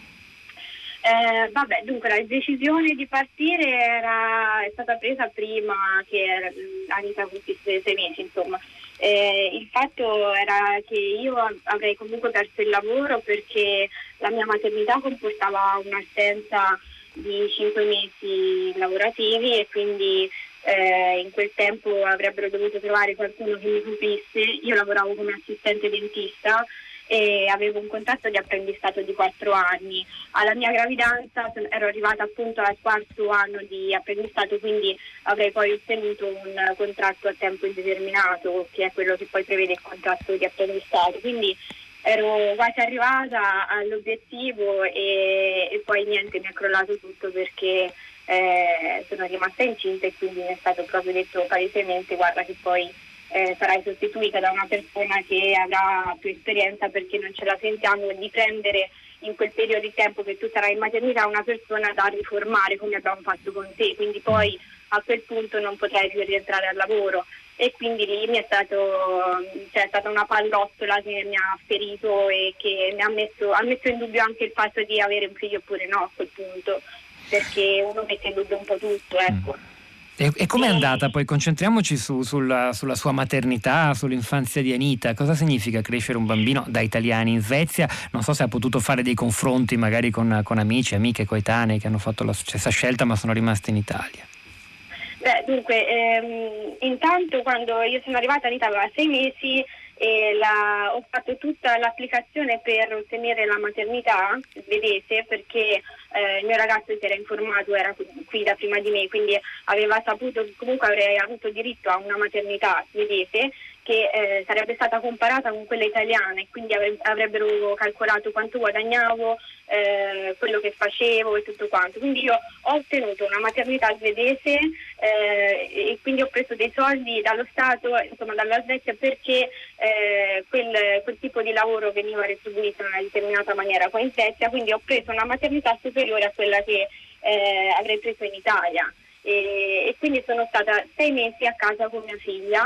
Dunque la decisione di partire è stata presa prima che Anita compisse 6 mesi, insomma. Il fatto era che io avrei comunque perso il lavoro, perché la mia maternità comportava un'assenza di 5 mesi lavorativi, e quindi in quel tempo avrebbero dovuto trovare qualcuno che mi coprisse. Io lavoravo come assistente dentista e avevo un contratto di apprendistato di 4 anni. Alla mia gravidanza ero arrivata appunto al 4º anno di apprendistato, quindi avrei poi ottenuto un contratto a tempo indeterminato, che è quello che poi prevede il contratto di apprendistato. Quindi ero quasi arrivata all'obiettivo e poi niente, mi è crollato tutto, perché sono rimasta incinta, e quindi mi è stato proprio detto palesemente: guarda che poi sarai sostituita da una persona che avrà più esperienza, perché non ce la sentiamo di prendere in quel periodo di tempo che tu sarai in maternità una persona da riformare, come abbiamo fatto con te, quindi poi a quel punto non potrai più rientrare al lavoro. E quindi lì è stata una pallottola che mi ha ferito e che mi ha messo in dubbio anche il fatto di avere un figlio oppure no a quel punto, perché uno mette in dubbio un po' tutto, ecco. E com'è andata? Poi concentriamoci sulla sua maternità, sull'infanzia di Anita. Cosa significa crescere un bambino da italiani in Svezia? Non so se ha potuto fare dei confronti magari con amici, amiche, coetanei che hanno fatto la stessa scelta ma sono rimaste in Italia. Dunque, intanto quando io sono arrivata, Anita aveva 6 mesi e ho fatto tutta l'applicazione per ottenere la maternità svedese, perché il mio ragazzo si era informato, era qui da prima di me, quindi aveva saputo che comunque avrei avuto diritto a una maternità svedese che sarebbe stata comparata con quella italiana, e quindi avrebbero calcolato quanto guadagnavo, quello che facevo e tutto quanto. Quindi io ho ottenuto una maternità svedese e quindi ho preso dei soldi dallo Stato, insomma dalla Svezia, perché quel tipo di lavoro veniva retribuito in una determinata maniera qua in Svezia, quindi ho preso una maternità superiore a quella che avrei preso in Italia. E quindi sono stata 6 mesi a casa con mia figlia,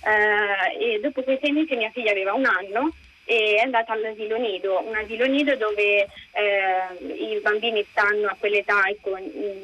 e dopo quei 6 mesi mia figlia aveva 1 anno e è andata all'asilo nido, un asilo nido dove i bambini stanno a quell'età, ecco,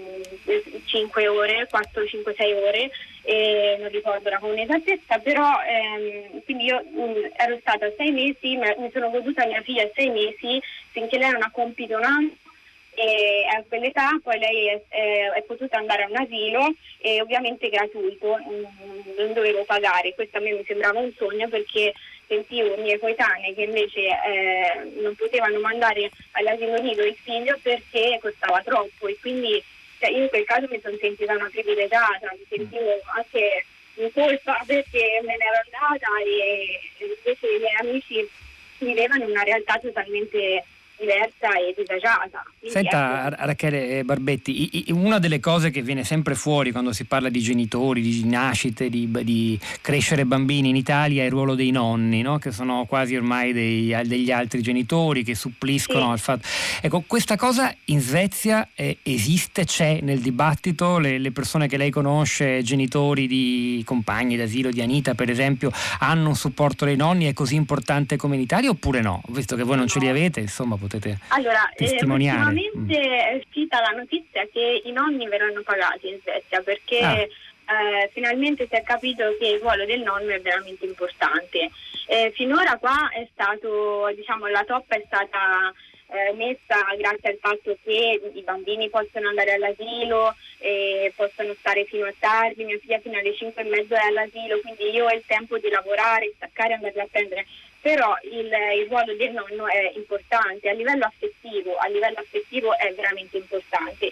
5 ore, 4, 5, 6 ore, e non ricordo la con esattezza, però quindi io ero stata 6 mesi, mi sono goduta mia figlia 6 mesi finché lei non ha compiuto 1 anno. E a quell'età poi lei è potuta andare a un asilo, e ovviamente gratuito, non dovevo pagare. Questo a me mi sembrava un sogno, perché sentivo i miei coetanei che invece non potevano mandare all'asilo nido il figlio perché costava troppo, e quindi io in quel caso mi sono sentita una privilegiata, mi sentivo anche in colpa perché me ne ero andata, e invece i miei amici vivevano in una realtà totalmente diversa e disagiata. Senta, Rachele Barbetti, una delle cose che viene sempre fuori quando si parla di genitori, di nascite, di crescere bambini in Italia è il ruolo dei nonni, no? Che sono quasi ormai degli altri genitori che suppliscono al fatto. Ecco, questa cosa in Svezia esiste, c'è nel dibattito? Le persone che lei conosce, genitori di compagni d'asilo di Anita per esempio, hanno un supporto dei nonni? È così importante come in Italia oppure no? Visto che voi non ce li avete, insomma, potete testimoniare. Ultimamente è uscita la notizia che i nonni verranno pagati in Svezia, perché finalmente si è capito che il ruolo del nonno è veramente importante. Finora qua è stato, diciamo, la toppa è stata messa grazie al fatto che i bambini possono andare all'asilo e possono stare fino a tardi. Mia figlia fino alle 5:30 è all'asilo, quindi io ho il tempo di lavorare, staccare e andarla a prendere. Però il ruolo del nonno è importante, a livello affettivo è veramente importante, e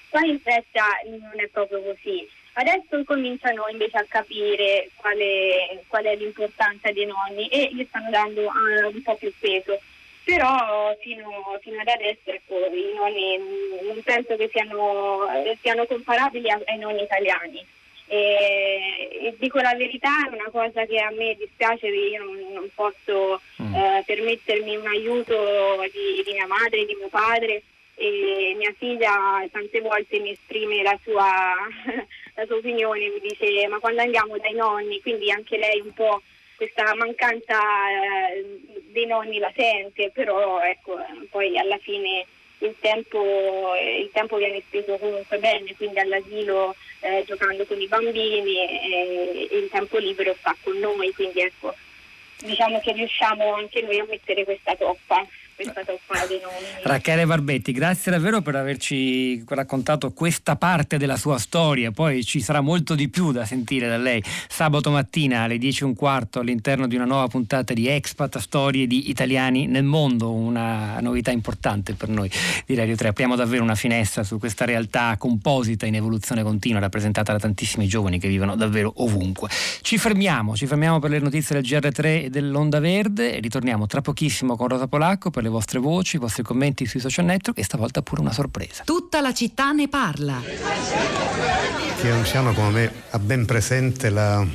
Poi in fretta non è proprio così. Adesso cominciano invece a capire qual è l'importanza dei nonni e gli stanno dando un po' più peso. Però fino ad adesso, ecco, i nonni non penso che siano comparabili ai nonni italiani. E dico la verità, è una cosa che a me dispiace, io non posso permettermi un aiuto di mia madre, di mio padre, e mia figlia tante volte mi esprime la sua opinione, mi dice ma quando andiamo dai nonni, quindi anche lei un po' questa mancanza dei nonni la sente, però ecco, poi alla fine il tempo viene speso comunque bene, quindi all'asilo giocando con i bambini e il tempo libero sta con noi, quindi ecco, diciamo che riusciamo anche noi a mettere questa toppa dei nomi. Rachele Barbetti, grazie davvero per averci raccontato questa parte della sua storia, poi ci sarà molto di più da sentire da lei sabato mattina alle 10:15 all'interno di una nuova puntata di Expat, storie di italiani nel mondo, una novità importante per noi di Radio 3. Apriamo davvero una finestra su questa realtà composita in evoluzione continua, rappresentata da tantissimi giovani che vivono davvero ovunque. Ci fermiamo per le notizie del GR3 e dell'Onda Verde e ritorniamo tra pochissimo con Rosa Polacco per le vostre voci, i vostri commenti sui social network e stavolta pure una sorpresa. Tutta la città ne parla. Chi è anziano come me ha ben presente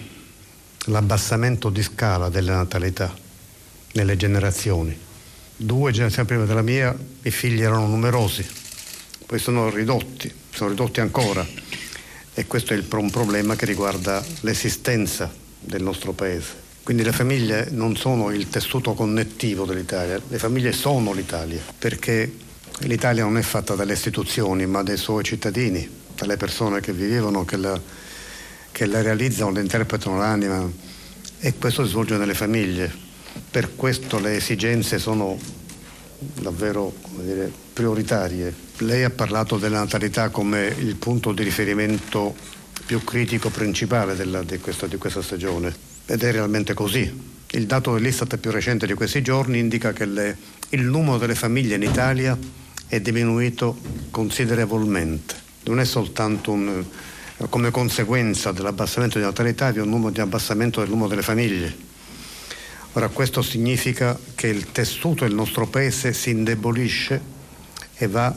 l'abbassamento di scala della natalità nelle generazioni. 2 generazioni prima della mia i figli erano numerosi, poi sono ridotti ancora, e questo è un problema che riguarda l'esistenza del nostro paese. Quindi le famiglie non sono il tessuto connettivo dell'Italia, le famiglie sono l'Italia, perché l'Italia non è fatta dalle istituzioni ma dai suoi cittadini, dalle persone che vi vivono, che la realizzano, le interpretano l'anima, e questo si svolge nelle famiglie. Per questo le esigenze sono davvero, prioritarie. Lei ha parlato della natalità come il punto di riferimento più critico, principale di questa stagione. Ed è realmente così. Il dato dell'Istat più recente di questi giorni indica che il numero delle famiglie in Italia è diminuito considerevolmente. Non è soltanto come conseguenza dell'abbassamento di natalità, vi è un numero di abbassamento del numero delle famiglie. Ora, questo significa che il tessuto del nostro paese si indebolisce e va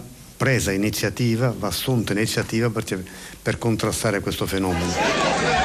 assunta iniziativa per contrastare questo fenomeno.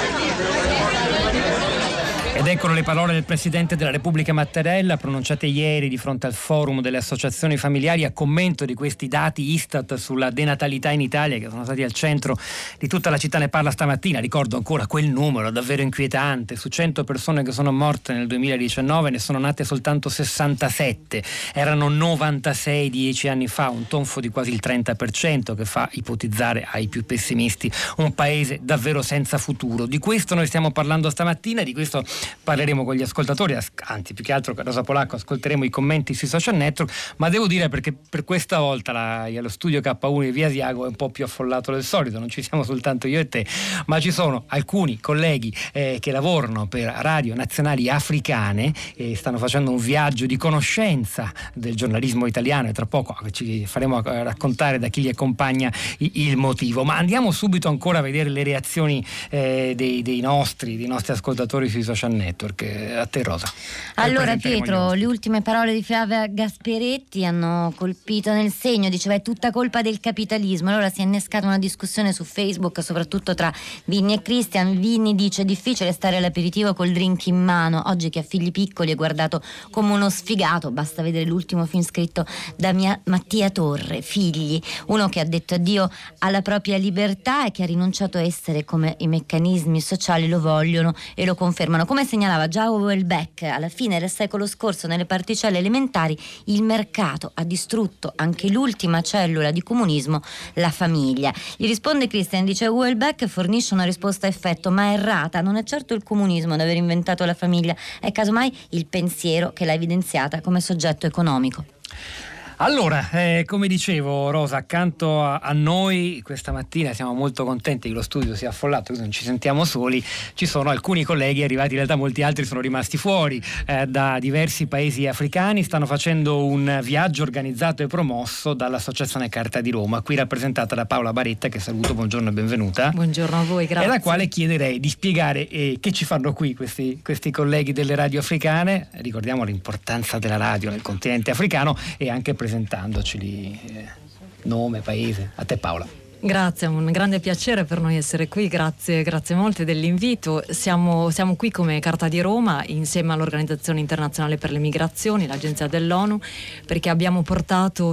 Ed eccolo le parole del Presidente della Repubblica Mattarella, pronunciate ieri di fronte al forum delle associazioni familiari a commento di questi dati Istat sulla denatalità in Italia, che sono stati al centro di Tutta la città ne parla stamattina. Ricordo ancora quel numero davvero inquietante: su 100 persone che sono morte nel 2019 ne sono nate soltanto 67, erano 96 10 anni fa, un tonfo di quasi il 30%, che fa ipotizzare ai più pessimisti un paese davvero senza futuro. Di questo noi stiamo parlando stamattina, di questo parleremo con gli ascoltatori, anzi più che altro con Rosa Polacco ascolteremo i commenti sui social network, ma devo dire, perché per questa volta lo studio K1 di Via Asiago è un po' più affollato del solito, non ci siamo soltanto io e te, ma ci sono alcuni colleghi che lavorano per radio nazionali africane e stanno facendo un viaggio di conoscenza del giornalismo italiano, e tra poco ci faremo raccontare da chi li accompagna il motivo. Ma andiamo subito ancora a vedere le reazioni dei nostri ascoltatori sui social network. A te, Rosa. Allora, Pietro, le ultime parole di Flavia Gasperetti hanno colpito nel segno. Diceva è tutta colpa del capitalismo. Allora si è innescata una discussione su Facebook, soprattutto tra Vinni e Christian. Vinni dice: difficile stare all'aperitivo col drink in mano, oggi che ha figli piccoli è guardato come uno sfigato, basta vedere l'ultimo film scritto da Mattia Torre, Figli, uno che ha detto addio alla propria libertà e che ha rinunciato a essere come i meccanismi sociali lo vogliono e lo confermano. Come segnalava già Houellebecq alla fine del secolo scorso, nelle particelle elementari il mercato ha distrutto anche l'ultima cellula di comunismo, la famiglia. Gli risponde Christian, dice: Houellebecq fornisce una risposta a effetto ma errata, non è certo il comunismo ad aver inventato la famiglia, è casomai il pensiero che l'ha evidenziata come soggetto economico. Allora, come dicevo Rosa, accanto a noi questa mattina siamo molto contenti che lo studio sia affollato, così non ci sentiamo soli. Ci sono alcuni colleghi arrivati, in realtà molti altri sono rimasti fuori da diversi paesi africani, stanno facendo un viaggio organizzato e promosso dall'Associazione Carta di Roma, qui rappresentata da Paola Baretta, che saluto, buongiorno e benvenuta. Buongiorno a voi, grazie. E alla quale chiederei di spiegare che ci fanno qui questi colleghi delle radio africane. Ricordiamo l'importanza della radio nel continente africano e anche presentandoceli, nome, paese. A te Paola. Grazie, è un grande piacere per noi essere qui, grazie molte dell'invito. Siamo qui come Carta di Roma insieme all'Organizzazione Internazionale per le Migrazioni, l'agenzia dell'ONU, perché abbiamo portato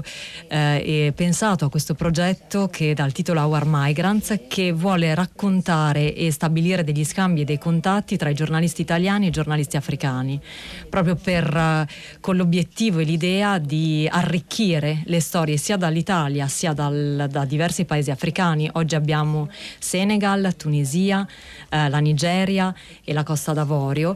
e pensato a questo progetto che dà il titolo Our Migrants, che vuole raccontare e stabilire degli scambi e dei contatti tra i giornalisti italiani e i giornalisti africani, proprio con l'obiettivo e l'idea di arricchire le storie sia dall'Italia sia da diversi paesi africani. Oggi abbiamo Senegal, Tunisia, la Nigeria e la Costa d'Avorio,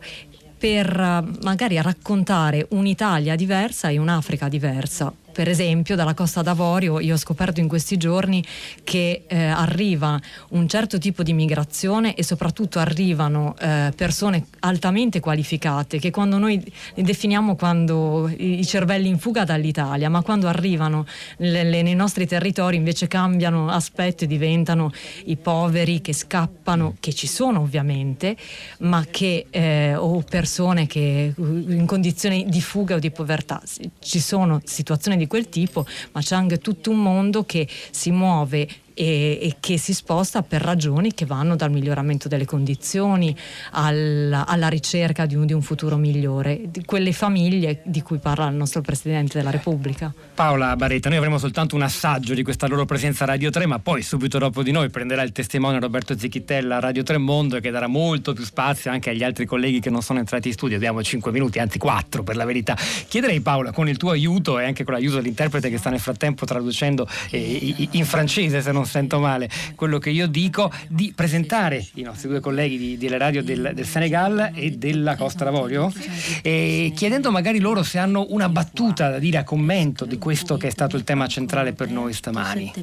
per magari raccontare un'Italia diversa e un'Africa diversa. Per esempio, dalla Costa d'Avorio io ho scoperto in questi giorni che arriva un certo tipo di migrazione e soprattutto arrivano persone altamente qualificate, che quando noi li definiamo quando i cervelli in fuga dall'Italia, ma quando arrivano nei nostri territori invece cambiano aspetto e diventano i poveri che scappano, che ci sono ovviamente, ma che o persone che in condizioni di fuga o di povertà. Ci sono situazioni di quel tipo, ma c'è anche tutto un mondo che si muove e che si sposta per ragioni che vanno dal miglioramento delle condizioni alla ricerca di un futuro migliore, di quelle famiglie di cui parla il nostro Presidente della Repubblica. Paola Baretta, noi avremo soltanto un assaggio di questa loro presenza a Radio 3, ma poi subito dopo di noi prenderà il testimone Roberto Zichittella a Radio 3 Mondo, che darà molto più spazio anche agli altri colleghi che non sono entrati in studio. Abbiamo 5 minuti, anzi 4 per la verità. Chiederei, Paola, con il tuo aiuto e anche con l'aiuto dell'interprete che sta nel frattempo traducendo in francese, se non sento male quello che io dico, di presentare i nostri due colleghi delle radio del Senegal e della Costa d'Avorio, e chiedendo magari loro se hanno una battuta da dire a commento di questo che è stato il tema centrale per noi stamani.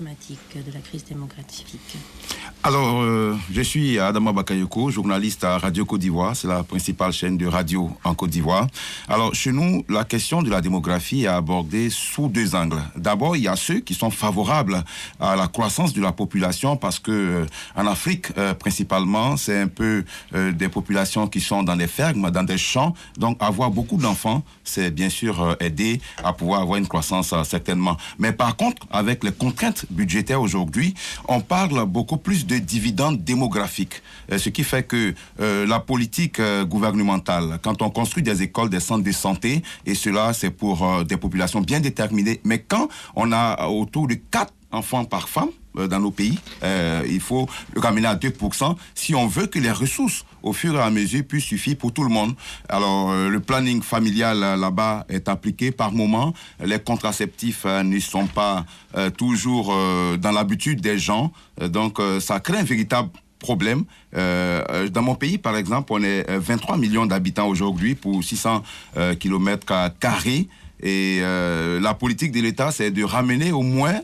Alors, je suis Adama Bakayoko, journaliste à Radio Côte d'Ivoire, c'est la principale chaîne de radio en Côte d'Ivoire. Alors, chez nous, la question de la démographie est abordée sous deux angles. D'abord, il y a ceux qui sont favorables à la croissance de la population parce que en Afrique, principalement, c'est un peu des populations qui sont dans des fermes, dans des champs. Donc, avoir beaucoup d'enfants, c'est bien sûr aider à pouvoir avoir une croissance certainement. Mais par contre, avec les contraintes budgétaires aujourd'hui, on parle beaucoup plus de dividendes démographiques. Ce qui fait que la politique gouvernementale, quand on construit des écoles, des centres de santé, et cela c'est pour des populations bien déterminées, mais quand on a autour de 4 enfants par femme dans nos pays, il faut le ramener à 2% si on veut que les ressources au fur et à mesure puissent suffire pour tout le monde. Alors le planning familial là-bas est appliqué par moment. Les contraceptifs ne sont pas toujours dans l'habitude des gens. Donc ça crée un véritable problème. Dans mon pays, par exemple, on est 23 millions d'habitants aujourd'hui pour 600 km². Et la politique de l'État, c'est de ramener au moins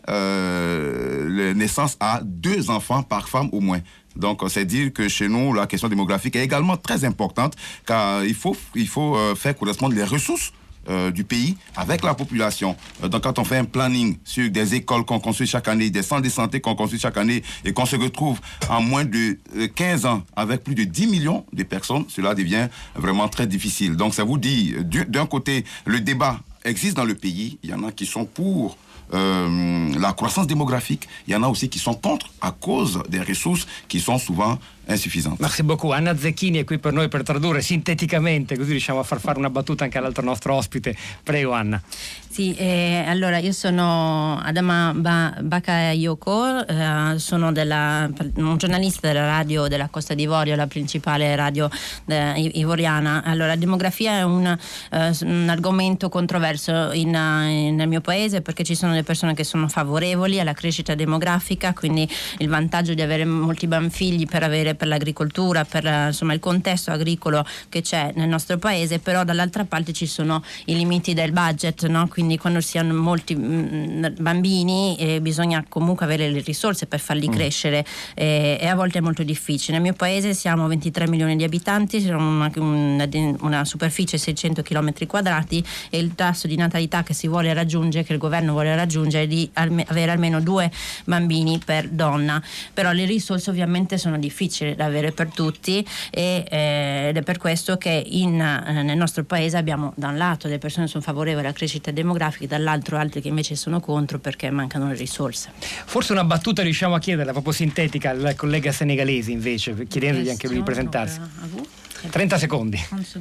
les naissances à 2 enfants par femme au moins. Donc, c'est dire que chez nous, la question démographique est également très importante, car il faut faire correspondre les ressources du pays avec la population. Donc quand on fait un planning sur des écoles qu'on construit chaque année, des centres de santé qu'on construit chaque année, et qu'on se retrouve en moins de 15 ans avec plus de 10 millions de personnes, cela devient vraiment très difficile. Donc ça vous dit, d'un côté, le débat existe dans le pays, il y en a qui sont pour la croissance démographique, il y en a aussi qui sont contre à cause des ressources qui sont souvent insuffisanti. Merci beaucoup. Anna Zecchini è qui per noi per tradurre sinteticamente, così riusciamo a far fare una battuta anche all'altro nostro ospite. Prego Anna. Sì, allora io sono Adama Bakayoko, sono un giornalista della radio della Costa d'Ivorio, la principale radio ivoriana. Allora, la demografia è un argomento controverso nel mio paese, perché ci sono delle persone che sono favorevoli alla crescita demografica, quindi il vantaggio di avere molti figli per l'agricoltura, per insomma il contesto agricolo che c'è nel nostro paese, però dall'altra parte ci sono i limiti del budget, no? Quindi quando si hanno molti bambini bisogna comunque avere le risorse per farli crescere e a volte è molto difficile. Nel mio paese siamo 23 milioni di abitanti, siamo una superficie 600 km quadrati e il tasso di natalità che si vuole raggiungere, che il governo vuole raggiungere, è di avere almeno 2 bambini per donna, però le risorse ovviamente sono difficili da avere per tutti ed è per questo che nel nostro paese abbiamo da un lato delle persone che sono favorevoli alla crescita demografica, dall'altro altri che invece sono contro perché mancano le risorse. Forse una battuta riusciamo a chiederla proprio sintetica al collega senegalese invece, chiedendogli anche lui di presentarsi. 30 secondi.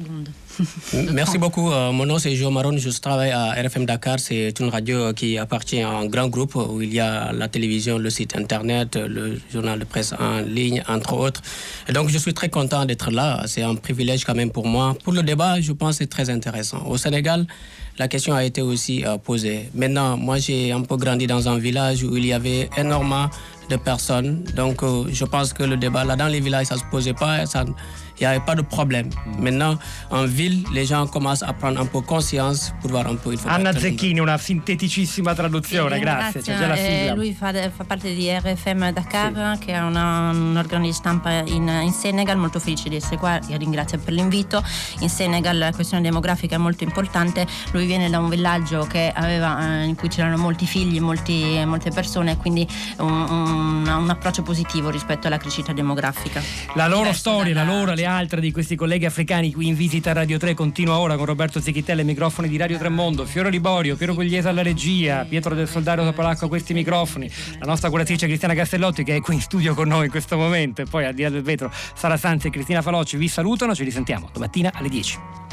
Merci beaucoup. Mon nom c'est Jo Maron, je travaille à RFM Dakar. C'est une radio qui appartient à un grand groupe où il y a la télévision, le site internet, le journal de presse en ligne, entre autres. Et donc je suis très content d'être là. C'est un privilège quand même pour moi. Pour le débat, je pense que c'est très intéressant. Au Sénégal, la question a été aussi posée. Maintenant, moi j'ai un peu grandi dans un village où il y avait énormément de personnes. Donc je pense que le débat là dans les villages ça se posait pas, il n'y avait pas de problème. Maintenant en ville les gens commencent a prendre un po' conscience per voir un po' il Anna Zecchini, una sinteticissima traduzione, grazie. C'è già la sigla. Lui fa parte di RFM Dakar, che è un organo di stampa in Senegal, molto felice di essere qua, io ringrazio per l'invito. In Senegal la questione demografica è molto importante, lui viene da un villaggio che in cui c'erano molti figli, molte persone, quindi un approccio positivo rispetto alla crescita demografica. La loro storia, le altre di questi colleghi africani qui in visita a Radio 3 continua ora con Roberto Zecchittella ai microfoni di Radio 3 Mondo, Fiore Liborio, Piero Pugliese alla regia, Pietro del Soldario Topolacco a questi microfoni, la nostra curatrice Cristiana Castellotti che è qui in studio con noi in questo momento, e poi al di là del vetro Sara Sanzi e Cristina Falocci vi salutano, ci risentiamo domattina alle 10.